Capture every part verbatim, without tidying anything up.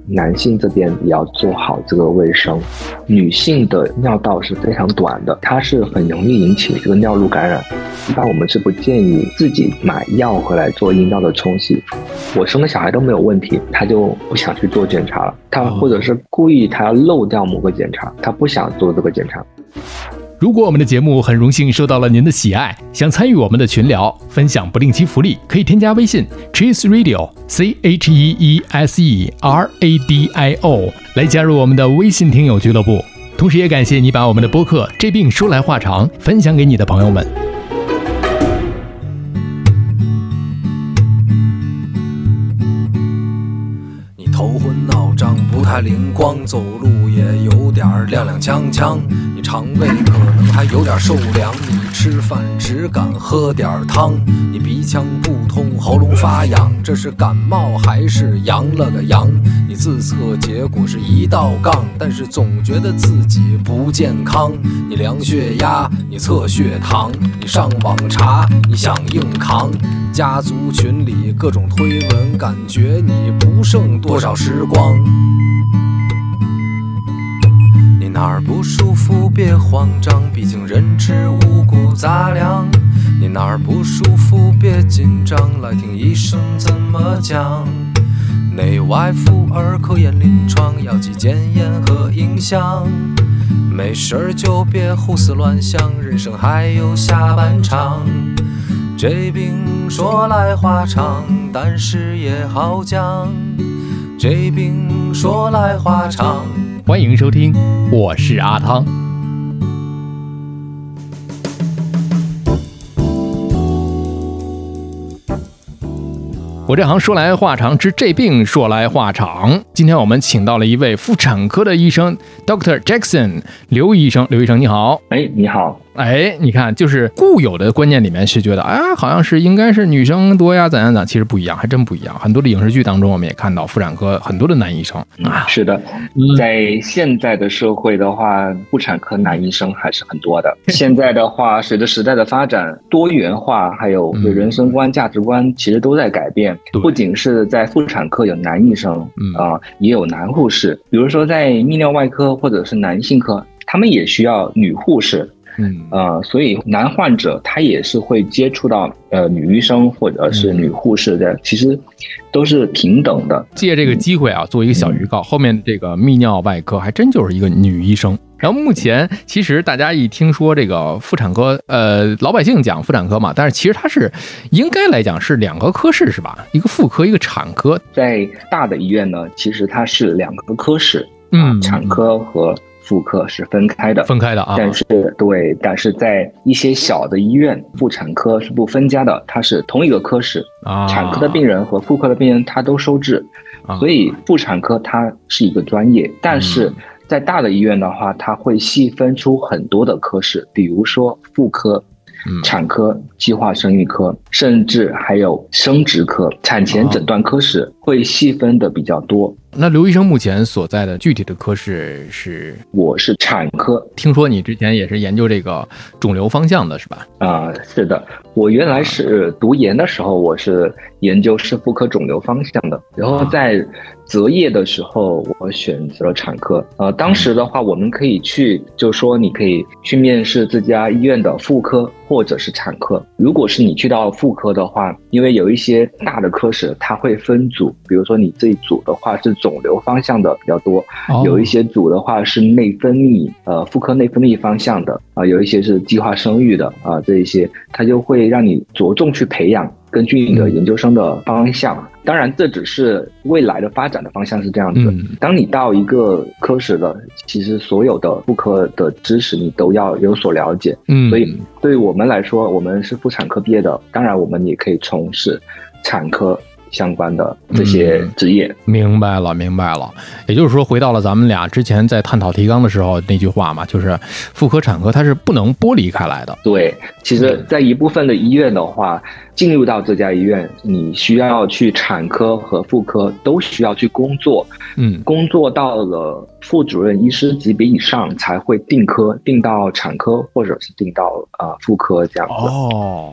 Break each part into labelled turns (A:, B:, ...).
A: 男性这边也要做好这个卫生。女性的尿道是非常短的，它是很容易引起这个尿路感染。一般我们是不建议自己买药回来做阴道的冲洗。我生的小孩都没有问题，他就不想去做检查了，他或者是故意他要漏掉某个检查，他不想做这个检查。
B: 如果我们的节目很荣幸受到了您的喜爱，想参与我们的群聊，分享不定期福利，可以添加微信 Cheese Radio C H E E S E R A D I O 来加入我们的微信听友俱乐部。同时也感谢你把我们的播客这病说来话长分享给你的朋友们。
C: 你头昏脑胀不太灵光，走路也有点踉踉跄跄，你肠胃可能还有点受凉，你吃饭只敢喝点汤，你鼻腔不通喉咙发痒，这是感冒还是阳了个阳？你自测结果是一道杠，但是总觉得自己不健康。你量血压，你测血糖，你上网查，你想硬扛。家族群里各种推文，感觉你不剩多少时光。你哪儿不舒服别慌张，毕竟人吃五谷杂粮。你哪儿不舒服别紧张，来听医生怎么讲。内外妇儿科研临床，药剂检验和影像。没事儿就别胡思乱想，人生还有下半场。这病说来话长，但是也好讲。这病说来话长。
B: 欢迎收听，我是阿汤。我这行说来话长之这病说来话长。今天我们请到了一位妇产科的医生 Doctor Jackson 刘医生。刘医生你好。
A: 哎，你好。
B: 哎，你看，就是固有的观念里面是觉得，哎，好像是应该是女生多呀，怎样怎样，其实不一样，还真不一样。很多的影视剧当中，我们也看到妇产科很多的男医生啊。
A: 是的，在现在的社会的话，妇产科男医生还是很多的。现在的话，随着时代的发展，多元化还有对人生观、价值观，其实都在改变。不仅是在妇产科有男医生啊、呃，也有男护士。比如说在泌尿外科或者是男性科，他们也需要女护士。嗯，呃，所以男患者他也是会接触到呃女医生或者是女护士的，嗯、其实都是平等的。
B: 借这个机会啊，做一个小预告，嗯、后面这个泌尿外科还真就是一个女医生。然后目前其实大家一听说这个妇产科，呃，老百姓讲妇产科嘛，但是其实它是应该来讲是两个科室是吧？一个妇科，一个产科。
A: 在大的医院呢，其实它是两个科室，嗯，产科和妇科是分开的，
B: 分开的啊。
A: 但是对，但是在一些小的医院，妇产科是不分家的，它是同一个科室啊。产科的病人和妇科的病人他都收治，啊、所以妇产科它是一个专业，但是在大的医院的话，它会细分出很多的科室，比如说妇科、产科、计划生育科，甚至还有生殖科、产前诊断科室会细分的比较多。
B: 那刘医生目前所在的具体的科室是？
A: 我是产科。
B: 听说你之前也是研究这个肿瘤方向的是吧？
A: 啊、呃，是的，我原来是读研的时候，我是研究是妇科肿瘤方向的，然后在择业的时候，我选择了产科。呃，当时的话，我们可以去，就说你可以去面试这家医院的妇科或者是产科。如果是你去到妇科的话，因为有一些大的科室它会分组，比如说你这一组的话是肿瘤方向的比较多，哦、有一些组的话是内分泌，呃，妇科内分泌方向的啊、呃，有一些是计划生育的啊、呃，这一些它就会让你着重去培养。根据你的研究生的方向，嗯、当然这只是未来的发展的方向是这样子。嗯、当你到一个科室了，其实所有的妇科的知识你都要有所了解。嗯，所以对于我们来说，我们是妇产科毕业的，当然我们也可以从事产科相关的这些职业、
B: 嗯、明白了明白了。也就是说回到了咱们俩之前在探讨提纲的时候那句话嘛，就是妇科产科它是不能剥离开来的。
A: 对，其实在一部分的医院的话，进入到这家医院你需要去产科和妇科都需要去工作，嗯，工作到了副主任医师级别以上才会定科，定到产科或者是定到呃妇科这样子。
B: 哦，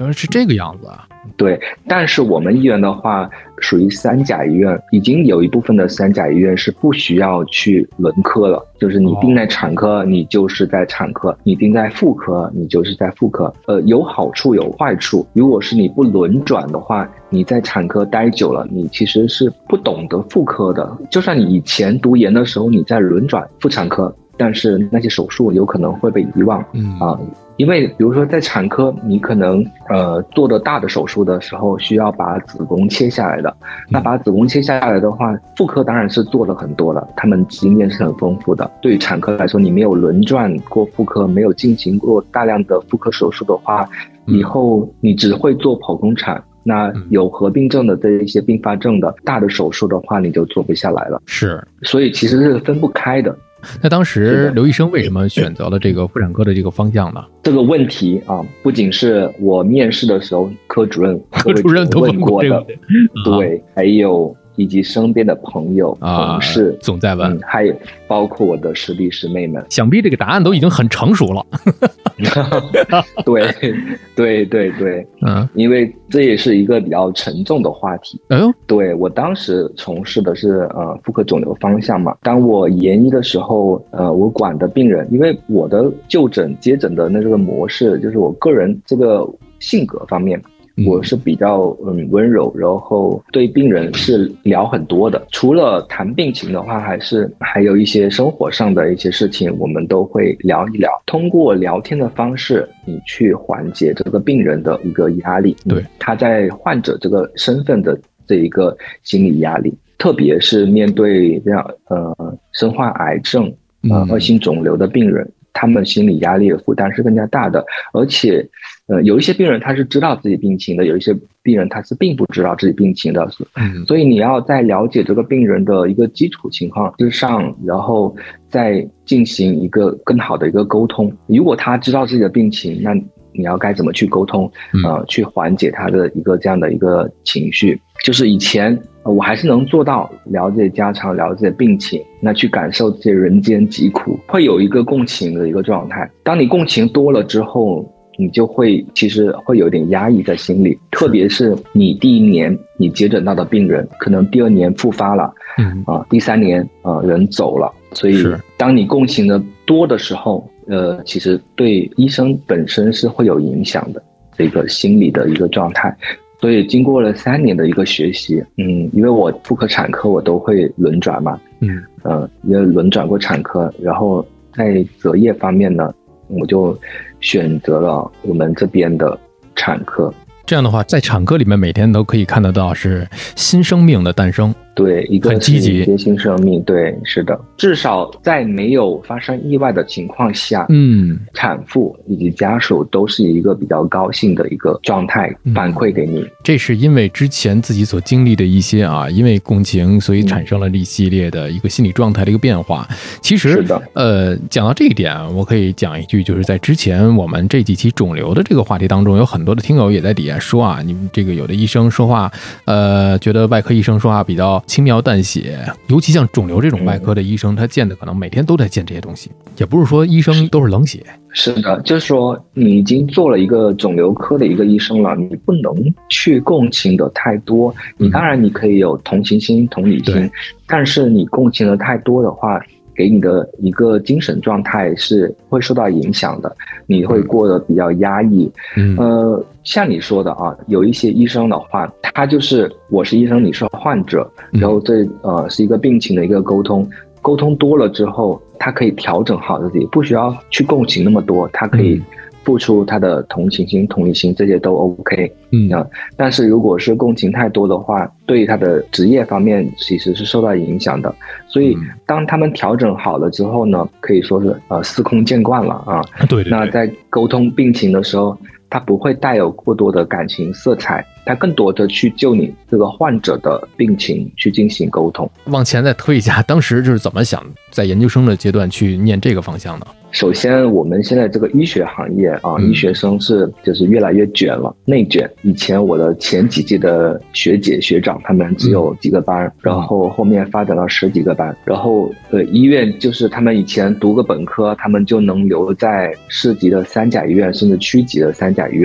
B: 原来是这个样子啊。
A: 对，但是我们医院的话属于三甲医院，已经有一部分的三甲医院是不需要去轮科了，就是你定在产科，你就是在产科；你定在妇科，你就是在妇科。呃，有好处有坏处。如果是你不轮转的话，你在产科待久了，你其实是不懂得妇科的。就算你以前读研的时候你在轮转妇产科，但是那些手术有可能会被遗忘。
B: 嗯
A: 啊。因为比如说在产科，你可能呃做的大的手术的时候需要把子宫切下来的，那把子宫切下来的话，妇科当然是做了很多了，他们经验是很丰富的。对于产科来说，你没有轮转过妇科，没有进行过大量的妇科手术的话，以后你只会做剖宫产，那有合并症的这一些并发症的大的手术的话，你就做不下来了。
B: 是，
A: 所以其实是分不开的。
B: 那当时刘医生为什么选择了这个妇产科的这个方向呢？
A: 这个问题啊，不仅是我面试的时候科主任
B: 科主任都问过的，
A: 对，还有以及身边的朋友、
B: 啊、
A: 同事
B: 总在问、
A: 嗯，还有包括我的师弟师妹们。
B: 想必这个答案都已经很成熟了。
A: 对对对对，
B: 嗯，
A: 因为这也是一个比较沉重的话题。
B: 哎呦，
A: 对，我当时从事的是呃妇科肿瘤方向嘛。当我研一的时候，呃，我管的病人，因为我的就诊接诊的那个模式，就是我个人这个性格方面。我是比较嗯温柔，然后对病人是聊很多的。除了谈病情的话，还是还有一些生活上的一些事情，我们都会聊一聊。通过聊天的方式，你去缓解这个病人的一个压力。
B: 对，
A: 他在患者这个身份的这一个心理压力，特别是面对这样呃身患癌症、呃恶性肿瘤的病人。他们心理压力的负担是更加大的，而且，呃，有一些病人他是知道自己病情的，有一些病人他是并不知道自己病情的，
B: 嗯，
A: 所以你要在了解这个病人的一个基础情况之上，然后再进行一个更好的一个沟通。如果他知道自己的病情，那你要该怎么去沟通，呃，去缓解他的一个这样的一个情绪。就是以前我还是能做到了解家常，了解病情，那去感受这些人间疾苦，会有一个共情的一个状态。当你共情多了之后，你就会其实会有点压抑在心里，特别是你第一年你接诊到的病人，可能第二年复发了，嗯啊，第三年啊人走了，所以当你共情的多的时候，呃，其实对医生本身是会有影响的，这个心理的一个状态。所以经过了三年的一个学习，嗯，因为我妇科产科我都会轮转嘛，嗯，呃，因为轮转过产科，然后在择业方面呢，我就选择了我们这边的产科。
B: 这样的话，在产科里面每天都可以看得到是新生命的诞生。
A: 对，一个
B: 很积极，
A: 一些新生命，对，是的，至少在没有发生意外的情况下，
B: 嗯，
A: 产妇以及家属都是一个比较高兴的一个状态反馈给你。
B: 嗯、这是因为之前自己所经历的一些啊，因为共情，所以产生了一系列的一个心理状态的一个变化。其实，
A: 是的，
B: 呃，讲到这一点，我可以讲一句，就是在之前我们这几期肿瘤的这个话题当中，有很多的听友也在底下说啊，你们这个有的医生说话，呃，觉得外科医生说话比较轻描淡写，尤其像肿瘤这种外科的医生，他见的可能每天都在见这些东西，也不是说医生都是冷血。
A: 是的，就是说你已经做了一个肿瘤科的一个医生了，你不能去共情的太多。你当然你可以有同情心、同理心，但是你共情的太多的话，给你的一个精神状态是会受到影响的，你会过得比较压抑。嗯，呃，像你说的啊，有一些医生的话，他就是我是医生，你是患者，然后这呃是一个病情的一个沟通，沟通多了之后，他可以调整好自己，不需要去共情那么多，他可以付出他的同情心、同理心，这些都 OK。嗯啊，但是如果是共情太多的话，对他的职业方面其实是受到影响的。所以当他们调整好了之后呢，可以说是呃司空见惯了啊。
B: 对对对。
A: 那在沟通病情的时候，他不会带有过多的感情色彩，他更多的去就你这个患者的病情去进行沟通。
B: 往前再推一下，当时就是怎么想在研究生的阶段去念这个方向呢？
A: 首先我们现在这个医学行业啊，嗯、医学生是就是越来越卷了，内卷。以前我的前几届的学姐学长他们只有几个班，嗯、然后后面发展到十几个班，然后呃医院就是他们以前读个本科，他们就能留在市级的三甲医院甚至区级的三甲医院了。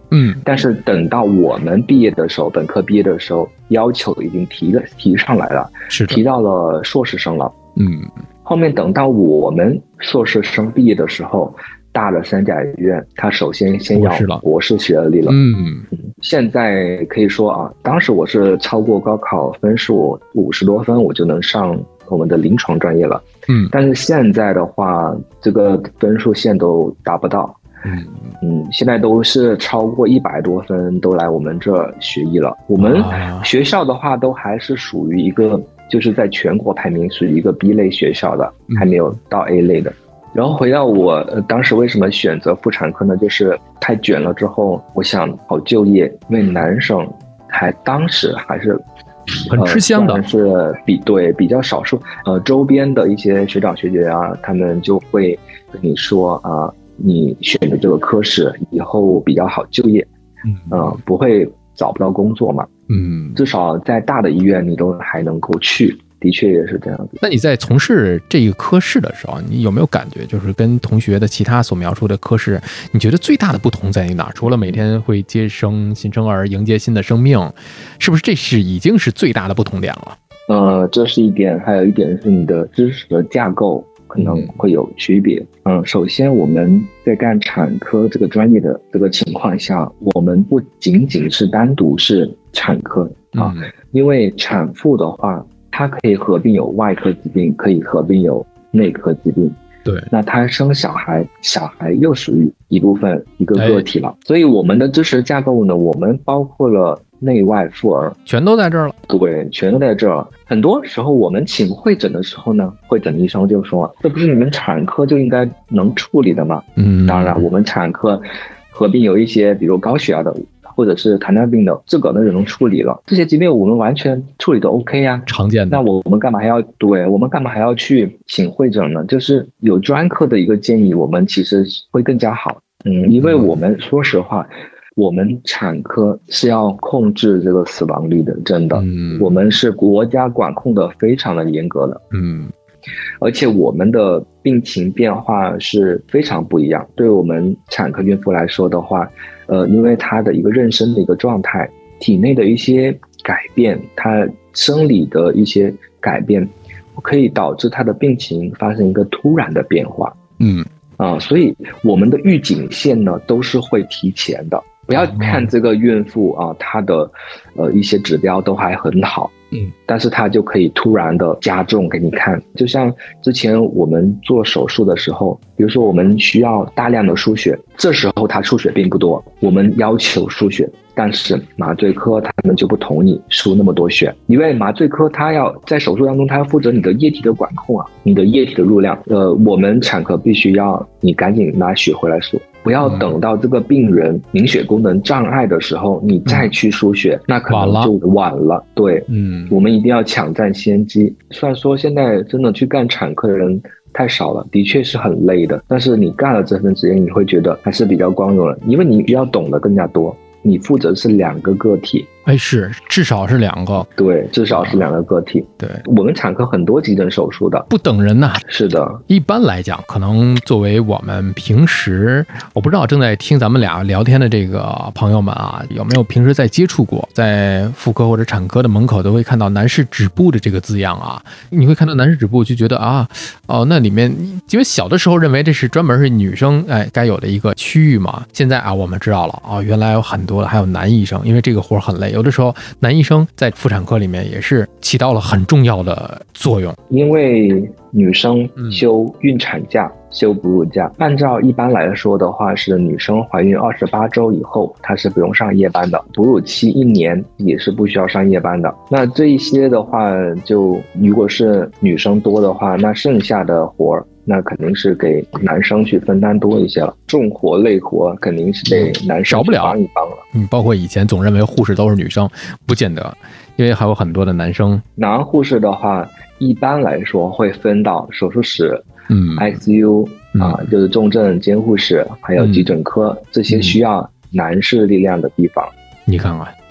B: 嗯，
A: 但是等到我们毕业的时候，本科毕业的时候，要求已经提了提上来了，
B: 是的，
A: 提到了硕士生了。
B: 嗯，
A: 后面等到我们硕士生毕业的时候，大的三甲医院，他首先先要博士学历了。
B: 嗯，
A: 现在可以说啊，当时我是超过高考分数五十多分，我就能上我们的临床专业了。
B: 嗯，
A: 但是现在的话，这个分数线都达不到。
B: 嗯
A: 嗯，现在都是超过一百多分都来我们这学医了。我们学校的话，都还是属于一个，就是在全国排名属于一个 B 类学校的，还没有到 A 类的。然后回到我、呃、当时为什么选择妇产科呢？就是太卷了之后，我想好就业，因为男生还当时还是
B: 很吃香的，
A: 呃、是比对比较少数。呃，周边的一些学长学姐啊，他们就会跟你说啊、呃，你选的这个科室以后比较好就业，嗯、呃，不会找不到工作嘛。
B: 嗯，
A: 至少在大的医院你都还能够去。的确也是这样子。
B: 那你在从事这个科室的时候，你有没有感觉，就是跟同学的其他所描述的科室，你觉得最大的不同在于哪儿？除了每天会接生新生儿，迎接新的生命，是不是这是已经是最大的不同点了？
A: 呃，这是一点，还有一点是你的知识的架构可能会有区别。嗯，首先我们在干产科这个专业的这个情况下，我们不仅仅是单独是产科啊，嗯、因为产妇的话，它可以合并有外科疾病，可以合并有内科疾病。
B: 对，
A: 那他生小孩，小孩又属于一部分一个个体了。哎、所以我们的知识架构呢，我们包括了内外妇儿，
B: 全都在这儿了。
A: 对，全都在这儿了。很多时候我们请会诊的时候呢，会诊医生就说：“这不是你们产科就应该能处理的吗？”嗯，当然，我们产科合并有一些，比如高血压的。或者是糖尿病的，这个呢就能处理了。这些疾病我们完全处理的 OK 呀、啊，
B: 常见的。
A: 那我们干嘛还要对我们干嘛还要去请会诊呢？就是有专科的一个建议，我们其实会更加好。嗯，因为我们说实话，我们产科是要控制这个死亡率的，真的，嗯、我们是国家管控的非常的严格的。嗯。而且我们的病情变化是非常不一样。对我们产科孕妇来说的话，呃，因为她的一个妊娠的一个状态，体内的一些改变，她生理的一些改变，可以导致她的病情发生一个突然的变化。嗯，啊、呃，所以我们的预警线呢都是会提前的。不要看这个孕妇啊，她的呃一些指标都还很好。嗯，但是它就可以突然的加重给你看，就像之前我们做手术的时候，比如说我们需要大量的输血，这时候它输血并不多，我们要求输血，但是麻醉科他们就不同意输那么多血，因为麻醉科他要在手术当中，他要负责你的液体的管控啊，你的液体的入量，呃，我们产科必须要你赶紧拿血回来输。不要等到这个病人凝血功能障碍的时候，你再去输血，嗯、那可能就晚了。对，嗯，我们一定要抢占先机。虽然说现在真的去干产科的人太少了，的确是很累的，但是你干了这份职业，你会觉得还是比较光荣的，因为你要懂得更加多。你负责是两个个体，
B: 哎，是至少是两个，
A: 对，至少是两个个体。
B: 对，
A: 我们产科很多急诊手术的，
B: 不等人呐、啊。
A: 是的，
B: 一般来讲，可能作为我们平时，我不知道正在听咱们俩聊天的这个朋友们啊，有没有平时在接触过，在妇科或者产科的门口都会看到男士止步的这个字样啊。你会看到男士止步，就觉得啊，哦，那里面因为小的时候认为这是专门是女生哎该有的一个区域嘛。现在啊，我们知道了哦，原来有很多。还有男医生，因为这个活很累，有的时候男医生在妇产科里面也是起到了很重要的作用。
A: 因为女生休孕产假、嗯、休哺乳假，按照一般来说的话，是女生怀孕二十八周以后，她是不用上夜班的，哺乳期一年也是不需要上夜班的。那这一些的话，就如果是女生多的话，那剩下的活那肯定是给男生去分担多一些了，重活累活肯定是得男生去帮一帮了。
B: 嗯，包括以前总认为护士都是女生，不见得，因为还有很多的男生。
A: 男护士的话，一般来说会分到手术室、嗯 I C U、嗯、啊，就是重症监护室，还有急诊科、嗯、这些需要男士力量的地方。
B: 你看看。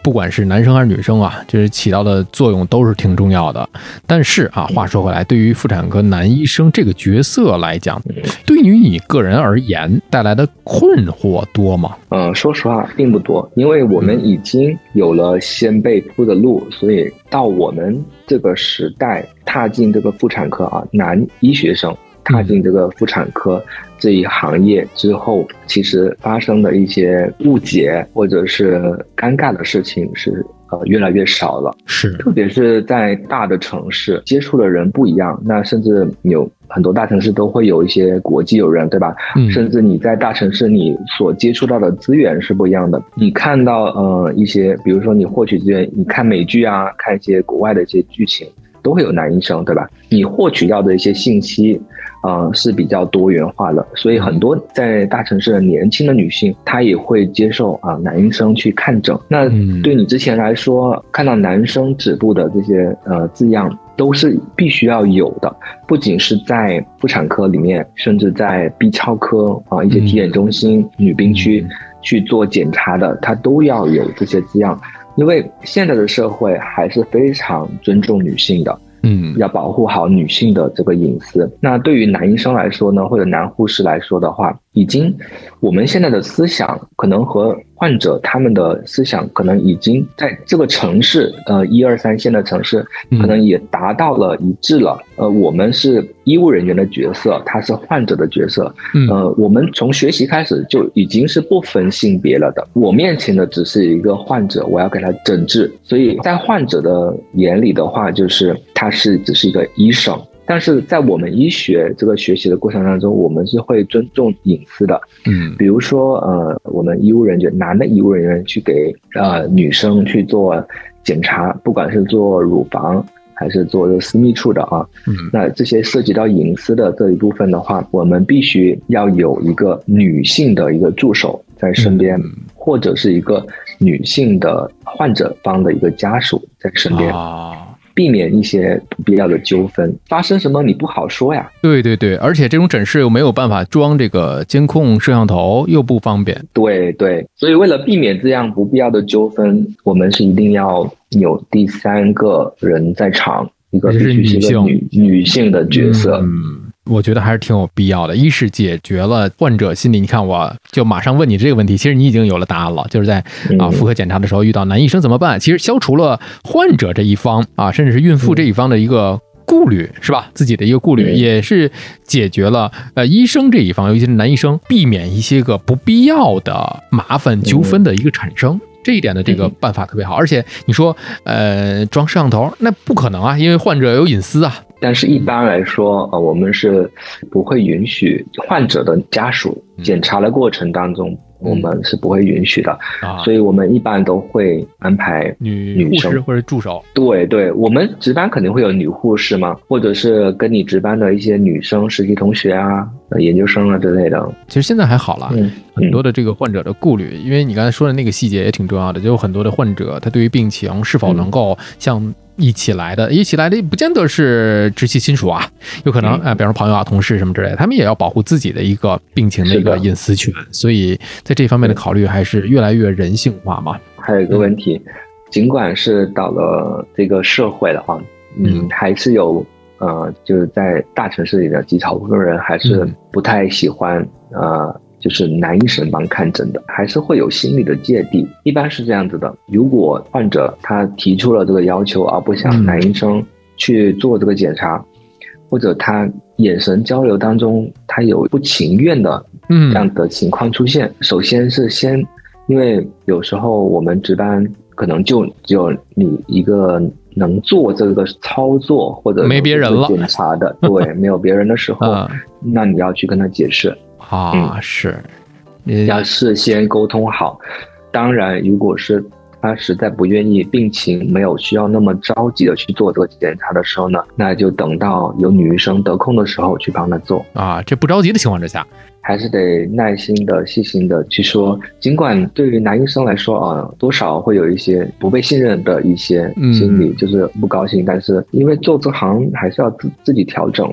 B: 不管是男生还是女生啊，就是起到的作用都是挺重要的。但是啊，话说回来，对于妇产科男医生这个角色来讲，对于你个人而言带来的困惑多吗？
A: 嗯、呃，说实话并不多，因为我们已经有了先辈铺的路，所以到我们这个时代踏进这个妇产科啊，男医学生踏进这个妇产科这一行业之后，其实发生的一些误解或者是尴尬的事情是呃越来越少了。
B: 是，
A: 特别是在大的城市，接触的人不一样，那甚至有很多大城市都会有一些国际友人，对吧？嗯，甚至你在大城市你所接触到的资源是不一样的。你看到呃一些，比如说你获取资源，你看美剧啊，看一些国外的一些剧情，都会有男医生，对吧？你获取到的一些信息呃，是比较多元化的，所以很多在大城市的年轻的女性，她也会接受啊、呃、男医生去看诊。那对你之前来说，看到男生止步的这些呃字样，都是必须要有的，不仅是在妇产科里面，甚至在 B 超科啊、呃、一些体检中心、女病区去做检查的，它都要有这些字样，因为现在的社会还是非常尊重女性的。嗯，要保护好女性的这个隐私。那对于男医生来说呢，或者男护士来说的话，已经我们现在的思想可能和患者他们的思想可能已经在这个城市，呃，一二三线的城市，可能也达到了一致了。呃，我们是医务人员的角色，他是患者的角色。呃，我们从学习开始就已经是不分性别了的。我面前的只是一个患者，我要给他诊治，所以在患者的眼里的话，就是他是只是一个医生。但是在我们医学这个学习的过程当中，我们是会尊重隐私的。嗯，比如说呃，我们医务人员，男的医务人员去给呃女生去做检查，不管是做乳房还是做私密处的啊，嗯，那这些涉及到隐私的这一部分的话，我们必须要有一个女性的一个助手在身边，嗯、或者是一个女性的患者方的一个家属在身边。啊，避免一些不必要的纠纷发生，什么你不好说呀。
B: 对对对，而且这种诊室又没有办法装这个监控摄像头，又不方便。
A: 对对，所以为了避免这样不必要的纠纷，我们是一定要有第三个人在场，一个必须是一个女女性的角色。
B: 嗯，我觉得还是挺有必要的。一是解决了患者心里，你看我就马上问你这个问题，其实你已经有了答案了，就是在啊妇科检查的时候遇到男医生怎么办？其实消除了患者这一方啊，甚至是孕妇这一方的一个顾虑，是吧？自己的一个顾虑，也是解决了呃医生这一方，尤其是男医生，避免一些个不必要的麻烦纠纷的一个产生。这一点的这个办法特别好，而且你说呃装摄像头那不可能啊，因为患者有隐私啊。
A: 但是一般来说，呃，我们是不会允许患者的家属检查的过程当中，嗯、我们是不会允许的，啊、所以我们一般都会安排
B: 女
A: 女生
B: 护士或者助手。
A: 对对，我们值班肯定会有女护士嘛，或者是跟你值班的一些女生实习同学啊、研究生啊之类的。
B: 其实现在还好了，嗯、很多的这个患者的顾虑，因为你刚才说的那个细节也挺重要的，就有很多的患者他对于病情是否能够像一起来的，一起来的不见得是直系亲属啊，有可能、嗯、呃，比方说朋友啊、同事什么之类的，他们也要保护自己的一个病情的一个隐私权，所以在这方面的考虑还是越来越人性化嘛。
A: 还有一个问题，嗯、尽管是到了这个社会的话，嗯，嗯还是有呃，就是在大城市里的极少部分人还是不太喜欢、嗯、呃。就是男医生帮看诊的，还是会有心理的芥蒂。一般是这样子的，如果患者他提出了这个要求，而不想男医生去做这个检查，嗯、或者他眼神交流当中他有不情愿的这样的情况出现，嗯、首先是先，因为有时候我们值班可能就只有你一个能做这个操作或者
B: 没别人了
A: 检查的，对，没有别人的时候，嗯、那你要去跟他解释。
B: 啊，嗯、是，
A: 要事先沟通好。当然，如果是他实在不愿意，病情没有需要那么着急的去做这个检查的时候呢，那就等到有女医生得空的时候去帮他做。
B: 啊，这不着急的情况之下，
A: 还是得耐心的、细心的去说。尽管对于男医生来说啊，多少会有一些不被信任的一些心理，嗯、就是不高兴，但是因为做这行还是要自自己调整吧。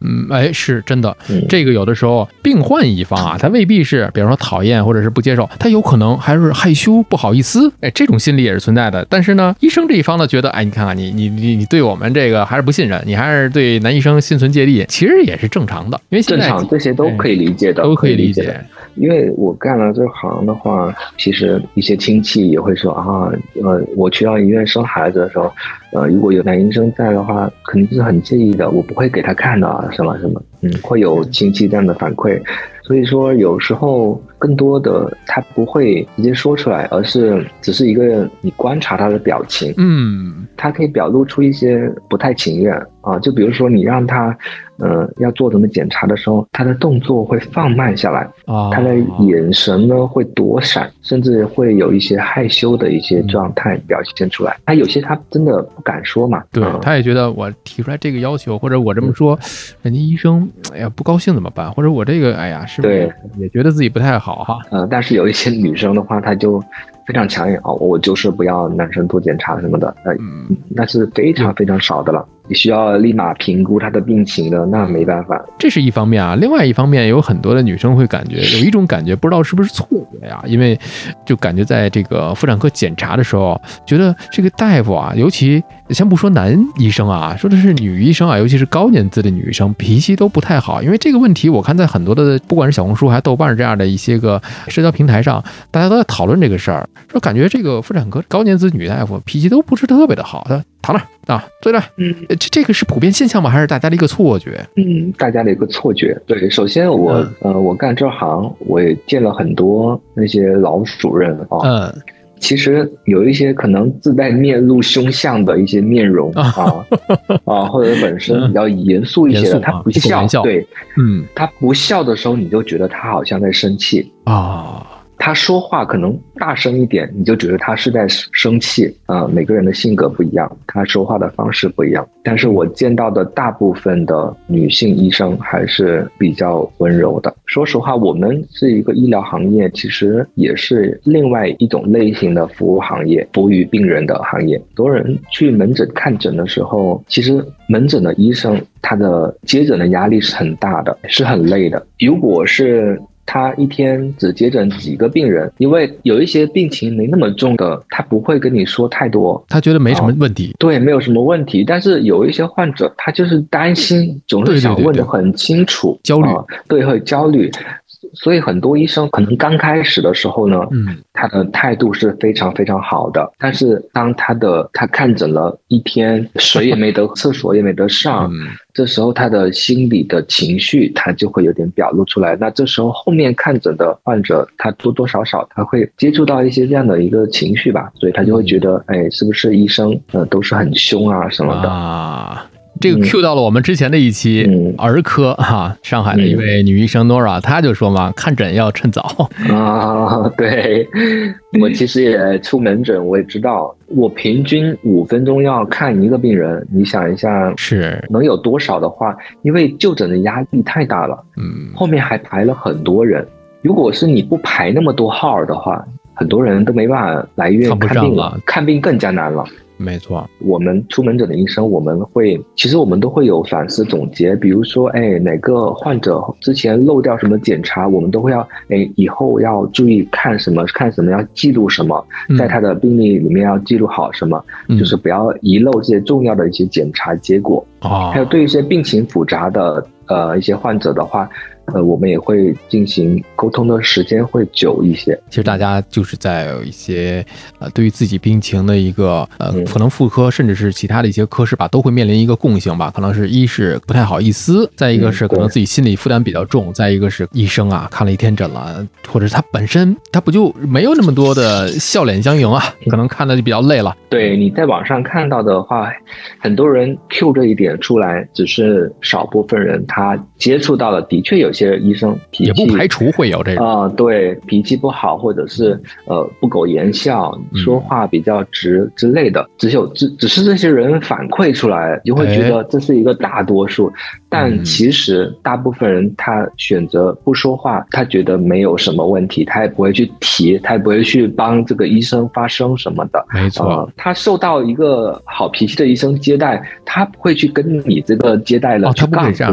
B: 嗯，哎，是真的、
A: 嗯，
B: 这个有的时候病患一方啊，他未必是，比如说讨厌或者是不接受，他有可能还是害羞、不好意思，哎，这种心理也是存在的。但是呢，医生这一方呢，觉得，哎，你看看你你你你对我们这个还是不信任，你还是对男医生心存芥蒂，其实也是正常的，因为现在
A: 正常这些都可以理解的，
B: 哎、都可以理解。
A: 因为我干了这行的话，其实一些亲戚也会说啊，呃，我去到医院生孩子的时候，呃，如果有男医生在的话，肯定是很介意的，我不会给他看的啊，什么什么，嗯，会有亲戚这样的反馈。所以说，有时候更多的他不会直接说出来，而是只是一个你观察他的表情，
B: 嗯，
A: 他可以表露出一些不太情愿啊，就比如说你让他，呃，要做什么检查的时候，他的动作会放慢下来，
B: 啊，
A: 他的眼神呢会躲闪，甚至会有一些害羞的一些状态表现出来。他有些他真的不敢说嘛，
B: 对，
A: 嗯、
B: 他也觉得我提出来这个要求，或者我这么说，人家医生哎呀不高兴怎么办？或者我这个哎呀是不是也觉得自己不太好哈？
A: 呃，但是有一些女生的话，她就非常强硬啊、哦，我就是不要男生做检查什么的，呃、嗯，那是非常非常少的了。你需要立马评估她的病情的，那没办法。
B: 这是一方面啊，另外一方面有很多的女生会感觉有一种感觉，不知道是不是错觉呀，因为就感觉在这个妇产科检查的时候，觉得这个大夫啊，尤其先不说男医生啊，说的是女医生啊，尤其是高年资的女医生，脾气都不太好。因为这个问题，我看在很多的不管是小红书还是豆瓣这样的一些个社交平台上，大家都在讨论这个事儿，说感觉这个妇产科高年资女大夫脾气都不是特别的好，她躺那儿啊，坐这儿，嗯，这这个是普遍现象吗？还是大家的一个错觉？
A: 嗯，大家的一个错觉。对，首先我、嗯、呃，我干这行，我也见了很多那些老主任啊。嗯。其实有一些可能自带面露凶相的一些面容啊啊，或者本身比较严肃一些的，他不笑，对，嗯，他不笑的时候，你就觉得他好像在生气啊。他说话可能大声一点，你就觉得他是在生气啊、呃。每个人的性格不一样，他说话的方式不一样。但是我见到的大部分的女性医生还是比较温柔的。说实话，我们是一个医疗行业，其实也是另外一种类型的服务行业，服务于病人的行业。很多人去门诊看诊的时候，其实门诊的医生他的接诊的压力是很大的，是很累的。如果是他一天只接诊几个病人，因为有一些病情没那么重的，他不会跟你说太多，
B: 他觉得没什么问题、
A: 哦、对，没有什么问题。但是有一些患者他就是担心，总是想问得很清楚，
B: 对对对对，焦虑、
A: 呃、对，会焦虑。所以很多医生可能刚开始的时候呢，嗯，他的态度是非常非常好的，但是当他的他看诊了一天，水也没得，厕所也没得上、嗯，这时候他的心理的情绪他就会有点表露出来。那这时候后面看诊的患者，他多多少少他会接触到一些这样的一个情绪吧，所以他就会觉得，嗯、哎，是不是医生呃都是很凶啊什么的
B: 啊？这个 Q 到了我们之前的一期儿科哈、嗯，上海的一位女医生 Nora， 她就说嘛，看诊要趁早
A: 啊。对，我其实也出门诊，我也知道，我平均五分钟要看一个病人，你想一下，
B: 是
A: 能有多少的话？因为就诊的压力太大了，嗯，后面还排了很多人。如果是你不排那么多号的话，很多人都没办法来医院看病了，看病更加难了。
B: 没错，
A: 我们出门诊的医生，我们会其实我们都会有反思总结，比如说，哎，哪个患者之前漏掉什么检查，我们都会要，哎，以后要注意看什么，看什么要记录什么，在他的病历里面要记录好什么，嗯、就是不要遗漏这些重要的一些检查结果。哦，还有对一些病情复杂的呃一些患者的话。呃，我们也会进行沟通的时间会久一些。
B: 其实大家就是在有一些呃，对于自己病情的一个呃，可能妇科甚至是其他的一些科室吧，都会面临一个共性吧。可能是一是不太好意思，再一个是可能自己心理负担比较重，再一个是医生啊看了一天诊了，或者是他本身他不就没有那么多的笑脸相迎啊，可能看的就比较累了。
A: 对，你在网上看到的话，很多人 Q 这一点出来，只是少部分人他接触到了，的确有些医生脾气
B: 也不排除会有这种
A: 啊、呃，对，脾气不好，或者是呃不苟言笑，说话比较直之类的，嗯、只有只只是这些人反馈出来，就会觉得这是一个大多数。哎、但其实大部分人他选择不说话，他觉得没有什么问题，他也不会去提，他也不会去帮这个医生发声什么的。
B: 没错、呃，
A: 他受到一个好脾气的医生接待，他不会去跟你这个接待了、
B: 哦，他不会这样说。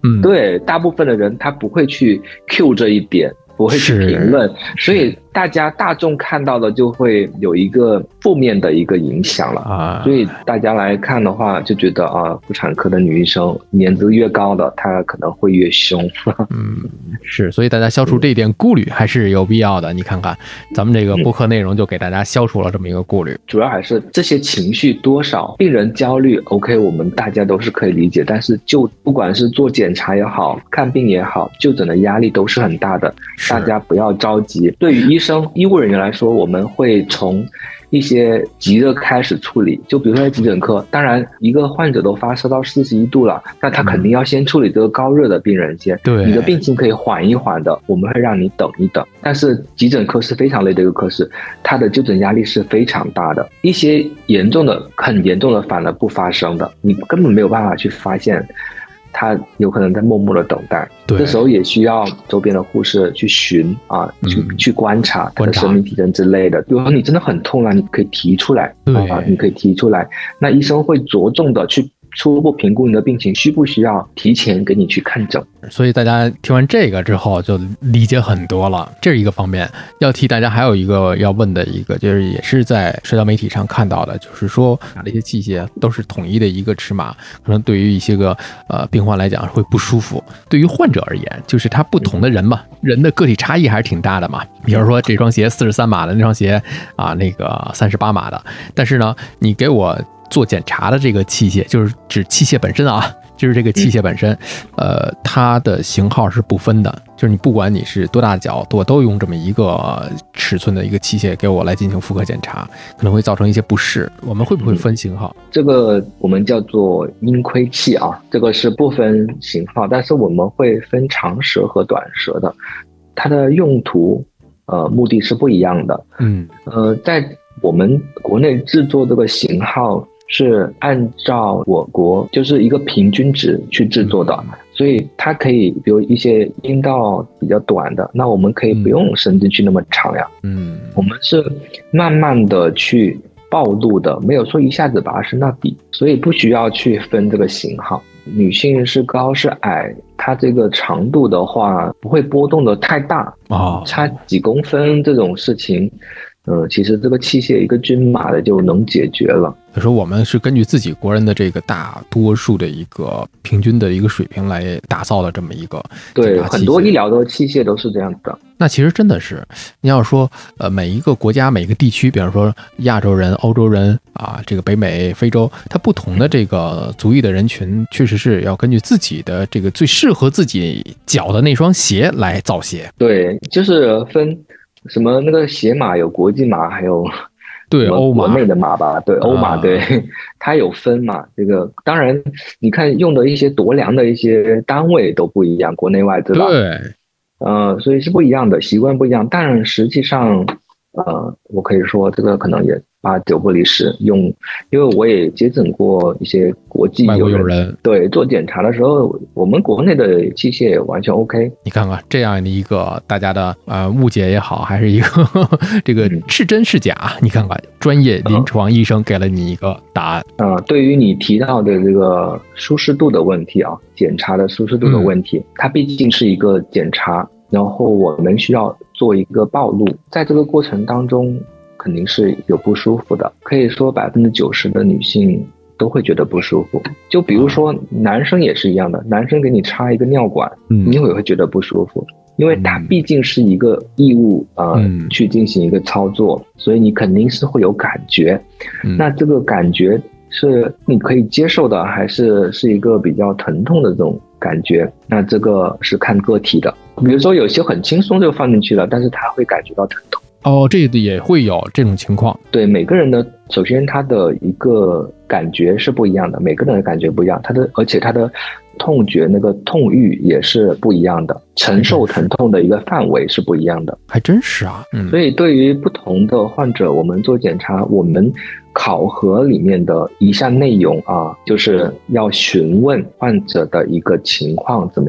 B: 嗯，
A: 对，大部分的人他不会去 Q 这一点，不会去评论，所以大家大众看到的就会有一个负面的一个影响了啊。所以大家来看的话，就觉得啊，妇产科的女医生年资越高的，她可能会越凶。
B: 嗯，是，所以大家消除这一点顾虑还是有必要的。你看看咱们这个播客内容就给大家消除了这么一个顾虑。
A: 主要还是这些情绪多少，病人焦虑 OK， 我们大家都是可以理解，但是就不管是做检查也好，看病也好，就诊的压力都是很大的，大家不要着急。对于医生医务人员来说，我们会从一些急的开始处理，就比如说在急诊科，当然一个患者都发烧到四十一度了，那他肯定要先处理这个高热的病人先。对，你的病情可以缓一缓的，我们会让你等一等。但是急诊科是非常累的一个科室，它的就诊压力是非常大的，一些严重的很严重的反而不发生的，你根本没有办法去发现他有可能在默默的等待，这时候也需要周边的护士去巡啊，嗯、去去观察他的生命体征之类的。比如说你真的很痛了，你可以提出来，啊，你可以提出来，那医生会着重的去初步评估你的病情，需不需要提前给你去看诊。
B: 所以大家听完这个之后就理解很多了，这是一个方面。要替大家还有一个要问的一个，就是也是在社交媒体上看到的，就是说这些器械都是统一的一个尺码，可能对于一些个呃病患来讲会不舒服。对于患者而言，就是他不同的人嘛，人的个体差异还是挺大的嘛。比如说这双鞋四十三码的，那双鞋啊那个三十八码的，但是呢，你给我做检查的这个器械，就是指器械本身啊，就是这个器械本身，呃，它的型号是不分的，就是你不管你是多大脚，我都用这么一个尺寸的一个器械给我来进行妇科检查，可能会造成一些不适。我们会不会分型号？
A: 这个我们叫做阴窥器啊，这个是不分型号，但是我们会分长舌和短舌的，它的用途呃目的是不一样的。嗯，呃，在我们国内制作这个型号是按照我国就是一个平均值去制作的，所以它可以比如一些阴道比较短的，那我们可以不用伸进去那么长呀。嗯，我们是慢慢的去暴露的，没有说一下子把它伸到底，所以不需要去分这个型号。女性是高是矮，它这个长度的话不会波动的太大啊，差几公分这种事情。呃，其实这个器械一个均码的就能解决了。
B: 所以说我们是根据自己国人的这个大多数的一个平均的一个水平来打造的这么一个，
A: 对，很多医疗的器械都是这样的。
B: 那其实真的是，你要说呃每一个国家每个地区，比方说亚洲人、欧洲人啊，这个北美、非洲，它不同的这个族裔的人群，确实是要根据自己的这个最适合自己脚的那双鞋来造鞋。
A: 对，就是分。什么那个鞋码有国际码，还有
B: 对欧码
A: 国内的码吧？对欧码，对它有分嘛。这个当然，你看用的一些度量的一些单位都不一样，国内外对吧？
B: 对，
A: 呃，所以是不一样的，习惯不一样。但实际上，呃，我可以说这个可能也八九不离十。用，因为我也接诊过一些国际友人，
B: 人
A: 对做检查的时候，我们国内的器械完全 OK。你
B: 看看这样的一个大家的呃误解也好，还是一个呵呵这个是真是假？嗯、你看看专业临床医生给了你一个答案。
A: 啊、呃，对于你提到的这个舒适度的问题啊，检查的舒适度的问题，嗯、它毕竟是一个检查，然后我们需要做一个暴露，在这个过程当中。肯定是有不舒服的，可以说百分之九十的女性都会觉得不舒服。就比如说男生也是一样的，男生给你插一个尿管，嗯、你也会觉得不舒服，因为它毕竟是一个异物呃、嗯、去进行一个操作，所以你肯定是会有感觉。嗯、那这个感觉是你可以接受的，还是是一个比较疼痛的这种感觉？那这个是看个体的。比如说有些很轻松就放进去了，但是他会感觉到疼痛。
B: 哦，这个也会有这种情况。
A: 对，每个人的首先他的一个感觉是不一样的，每个人的感觉不一样，他的而且他的痛觉那个痛域也是不一样的，承受疼痛的一个范围是不一样的。
B: 还真是啊，
A: 嗯。所以对于不同的患者，我们做检查，我们考核里面的一项内容啊，就是要询问患者的一个情况怎么样。嗯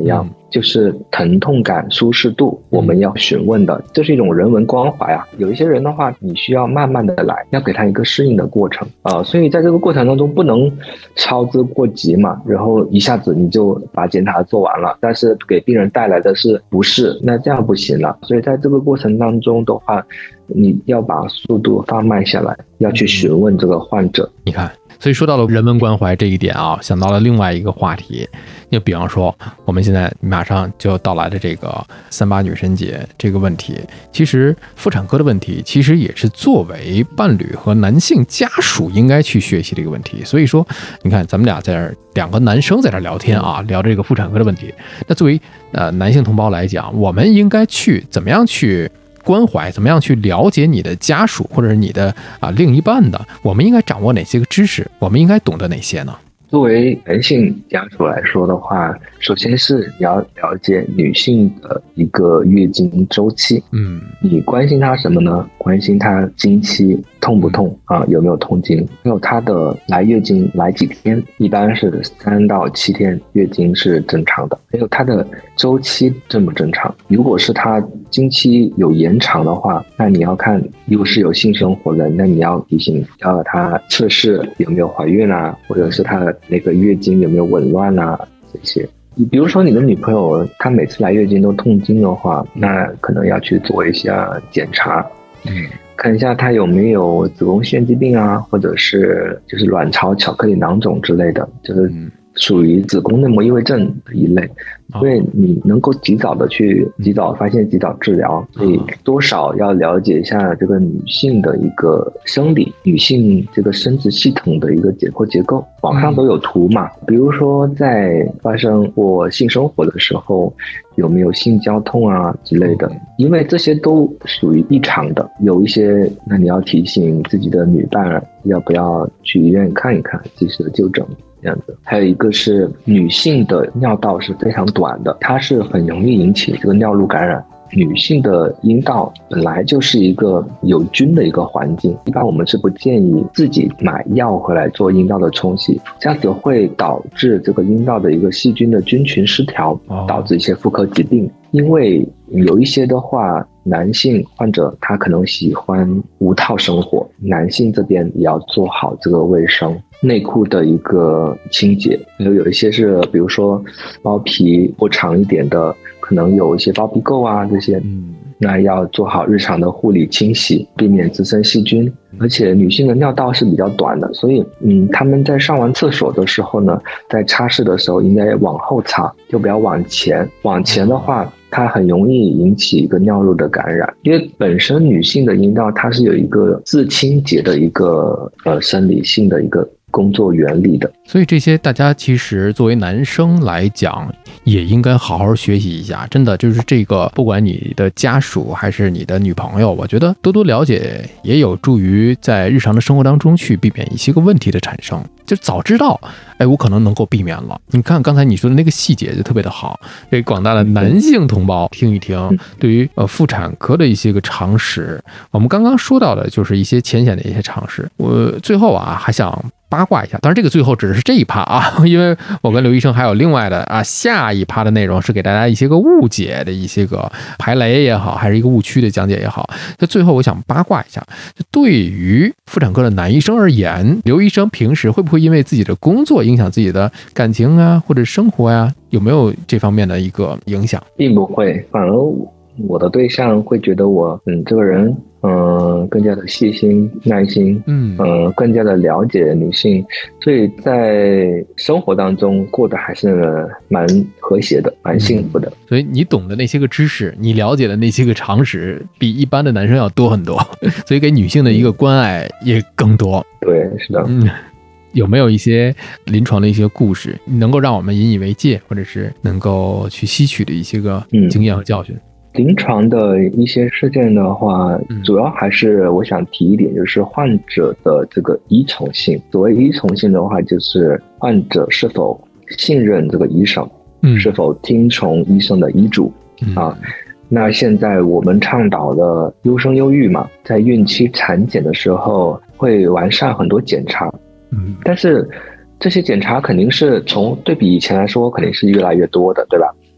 A: 就是疼痛感、舒适度，我们要询问的，这是一种人文关怀啊。有一些人的话，你需要慢慢的来，要给他一个适应的过程啊、呃。所以在这个过程当中，不能操之过急嘛，然后一下子你就把检查做完了，但是给病人带来的是不适，那这样不行了。所以在这个过程当中的话，你要把速度放慢下来，要去询问这个患者。
B: 你看，所以说到了人文关怀这一点啊，想到了另外一个话题，就比方说我们现在马上就到来的这个三八女神节这个问题，其实妇产科的问题其实也是作为伴侣和男性家属应该去学习的一个问题。所以说你看咱们俩在这儿，两个男生在这聊天啊，聊这个妇产科的问题，那作为呃男性同胞来讲，我们应该去怎么样去关怀，怎么样去了解你的家属或者是你的啊另一半的，我们应该掌握哪些个知识，我们应该懂得哪些呢？
A: 作为男性家属来说的话，首先是你要了解女性的一个月经周期。嗯，你关心她什么呢？关心她经期痛不痛啊？有没有痛经？还有她的来月经来几天？一般是三到七天，月经是正常的。还有她的周期正不正常？如果是她经期有延长的话，那你要看，如果是有性生活的，那你要提醒要她测试有没有怀孕啊，或者是她的那个月经有没有紊乱啊，这些。比如说你的女朋友她每次来月经都痛经的话，那可能要去做一下检查，嗯，看一下她有没有子宫腺肌病啊，或者是就是卵巢巧克力囊肿之类的，就是属于子宫内膜异位症的一类。所以你能够及早的去及早发现及早治疗，所以多少要了解一下这个女性的一个生理，女性这个生殖系统的一个解剖结构，网上都有图嘛。比如说在发生过性生活的时候有没有性交痛啊之类的，因为这些都属于异常的，有一些那你要提醒自己的女伴要不要去医院看一看，及时的就诊这样子。还有一个是女性的尿道是非常短的，它是很容易引起这个尿路感染。女性的阴道本来就是一个有菌的一个环境，一般我们是不建议自己买药回来做阴道的冲洗，这样子会导致这个阴道的一个细菌的菌群失调，导致一些妇科疾病。因为有一些的话，男性患者他可能喜欢无套生活，男性这边也要做好这个卫生，内裤的一个清洁，有有一些是比如说包皮或长一点的，可能有一些包皮垢啊这些，嗯，那要做好日常的护理清洗，避免滋生细菌。而且女性的尿道是比较短的，所以嗯，他们在上完厕所的时候呢，在擦拭的时候应该往后擦，就不要往前。往前的话，它很容易引起一个尿路的感染，因为本身女性的阴道它是有一个自清洁的一个呃生理性的一个工作原理的。
B: 所以这些大家其实作为男生来讲也应该好好学习一下，真的就是这个不管你的家属还是你的女朋友，我觉得多多了解也有助于在日常的生活当中去避免一些个问题的产生，就早知道哎，我可能能够避免了。你看刚才你说的那个细节就特别的好，给广大的男性同胞听一听，对于呃妇产科的一些个常识，我们刚刚说到的就是一些浅显的一些常识。我最后啊还想八卦一下，当然这个最后只是这一趴啊，因为我跟刘医生还有另外的啊下一趴的内容是给大家一些个误解的一些个排雷也好，还是一个误区的讲解也好。那最后我想八卦一下，对于妇产科的男医生而言，刘医生平时会不会因为自己的工作影响自己的感情啊或者生活呀、啊？有没有这方面的一个影响？
A: 并不会，反而我的对象会觉得我嗯这个人嗯、呃、更加的细心耐心，嗯呃更加的了解女性，所以在生活当中过得还是蛮和谐的，蛮幸福的、嗯、
B: 所以你懂的那些个知识，你了解的那些个常识比一般的男生要多很多，所以给女性的一个关爱也更多。
A: 对，是的。
B: 嗯，有没有一些临床的一些故事能够让我们引以为戒，或者是能够去吸取的一些个经验和教训？
A: 嗯，临床的一些事件的话，主要还是我想提一点，就是患者的这个依从性。所谓依从性的话，就是患者是否信任这个医生，嗯，是否听从医生的医嘱、嗯、啊。那现在我们倡导的优生优育嘛，在孕期产检的时候会完善很多检查，嗯，但是这些检查肯定是从对比以前来说肯定是越来越多的，对吧？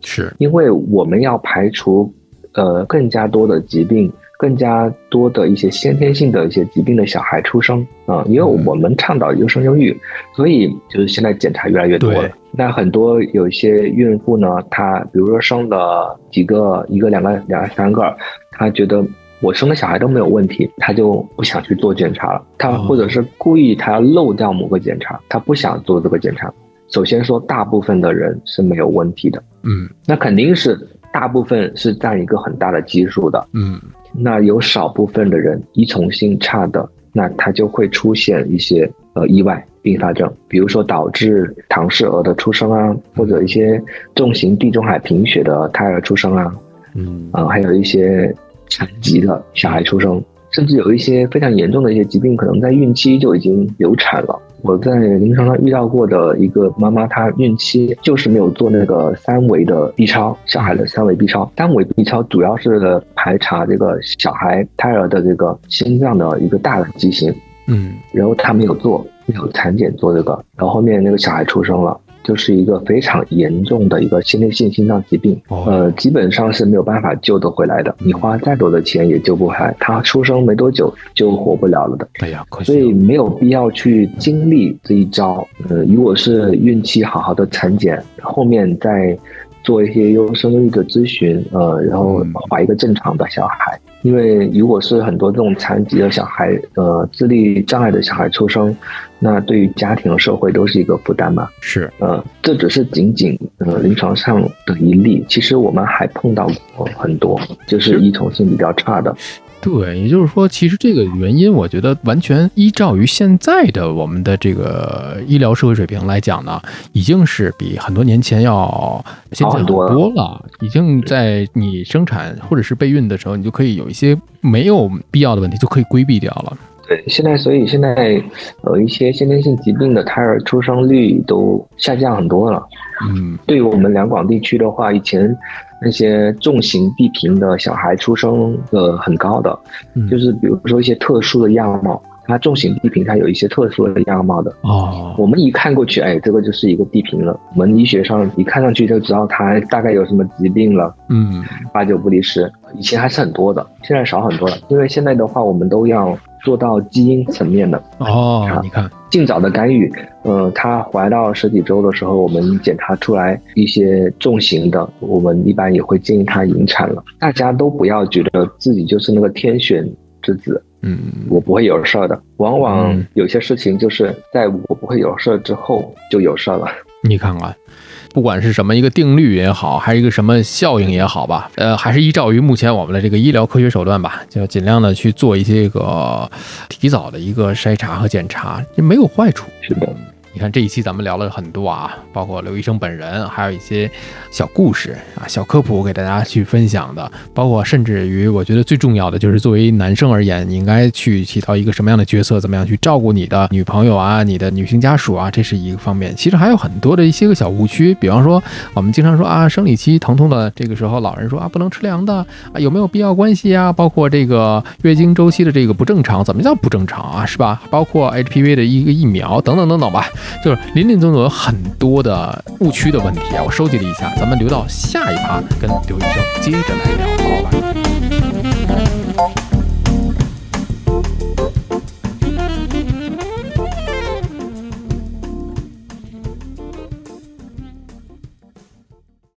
B: 是
A: 因为我们要排除呃更加多的疾病。更加多的一些先天性的一些疾病的小孩出生啊、呃，因为我们倡导优生优育，所以就是现在检查越来越多了。那很多有一些孕妇呢，她比如说生了几个，一个、两个、两个、三个，她觉得我生的小孩都没有问题，她就不想去做检查了。她或者是故意她要漏掉某个检查，她不想做这个检查。首先说，大部分的人是没有问题的，
B: 嗯，
A: 那肯定是大部分是占一个很大的基数的，
B: 嗯。
A: 那有少部分的人依从性差的，那他就会出现一些呃意外并发症，比如说导致唐氏儿的出生啊，或者一些重型地中海贫血的胎儿出生啊，
B: 嗯
A: 啊、呃，还有一些残疾的小孩出生，甚至有一些非常严重的一些疾病，可能在孕期就已经流产了。我在临床上遇到过的一个妈妈，她孕期就是没有做那个三维的 B 超，小孩的三维 B 超。三维 B 超主要是排查这个小孩胎儿的这个心脏的一个大的畸形，
B: 嗯，
A: 然后她没有做，没有产检做这个，然后后面那个小孩出生了。就是一个非常严重的一个先天性心脏疾病，
B: 哦、
A: 呃，基本上是没有办法救得回来的，你花再多的钱也救不回来，他出生没多久就活不了了的。
B: 哎呀，可惜，
A: 所以没有必要去经历这一招。呃，如果是孕期好好的产检，后面再做一些优生优育的咨询，呃，然后怀一个正常的小孩。因为如果是很多这种残疾的小孩，呃，智力障碍的小孩出生，那对于家庭和社会都是一个负担嘛。
B: 是，
A: 呃，这只是仅仅呃临床上的一例，其实我们还碰到过很多，就是依从性比较差的。
B: 对，也就是说，其实这个原因，我觉得完全依照于现在的我们的这个医疗社会水平来讲呢，已经是比很多年前要先进很多了。已经在你生产或者是备孕的时候，你就可以有一些没有必要的问题就可以规避掉了。
A: 对，现在所以现在呃一些先天性疾病的胎儿出生率都下降很多了。
B: 嗯，
A: 对于我们两广地区的话，以前那些重型地贫的小孩出生的很高的，
B: 嗯、
A: 就是比如说一些特殊的样貌，它重型地贫它有一些特殊的样貌的。
B: 哦，
A: 我们一看过去，哎，这个就是一个地贫了。我们医学上一看上去就知道它大概有什么疾病了。
B: 嗯，
A: 八九不离十。以前还是很多的，现在少很多了，因为现在的话，我们都要做到基因层面的。
B: 哦，你看，
A: 尽早的干预。呃，她怀到十几周的时候，我们检查出来一些重型的，我们一般也会建议她引产了。大家都不要觉得自己就是那个天选之子，
B: 嗯，
A: 我不会有事的。往往有些事情就是在我不会有事之后就有事了。
B: 你看看。不管是什么一个定律也好，还是一个什么效应也好吧，呃，还是依照于目前我们的这个医疗科学手段吧，就尽量的去做一些这个提早的一个筛查和检查，这没有坏处。
A: 是的。
B: 你看这一期咱们聊了很多啊，包括刘医生本人，还有一些小故事啊、小科普给大家去分享的，包括甚至于我觉得最重要的就是作为男生而言，你应该去起到一个什么样的角色，怎么样去照顾你的女朋友啊、你的女性家属啊，这是一个方面。其实还有很多的一些个小误区，比方说我们经常说啊，生理期疼痛的这个时候，老人说啊不能吃凉的啊，有没有必要关系啊？包括这个月经周期的这个不正常，怎么叫不正常啊？是吧？包括 H P V 的一个疫苗等等等等吧。就是林林总总有很多的误区的问题啊，我收集了一下，咱们留到下一趴跟刘医生接着来聊，好吧？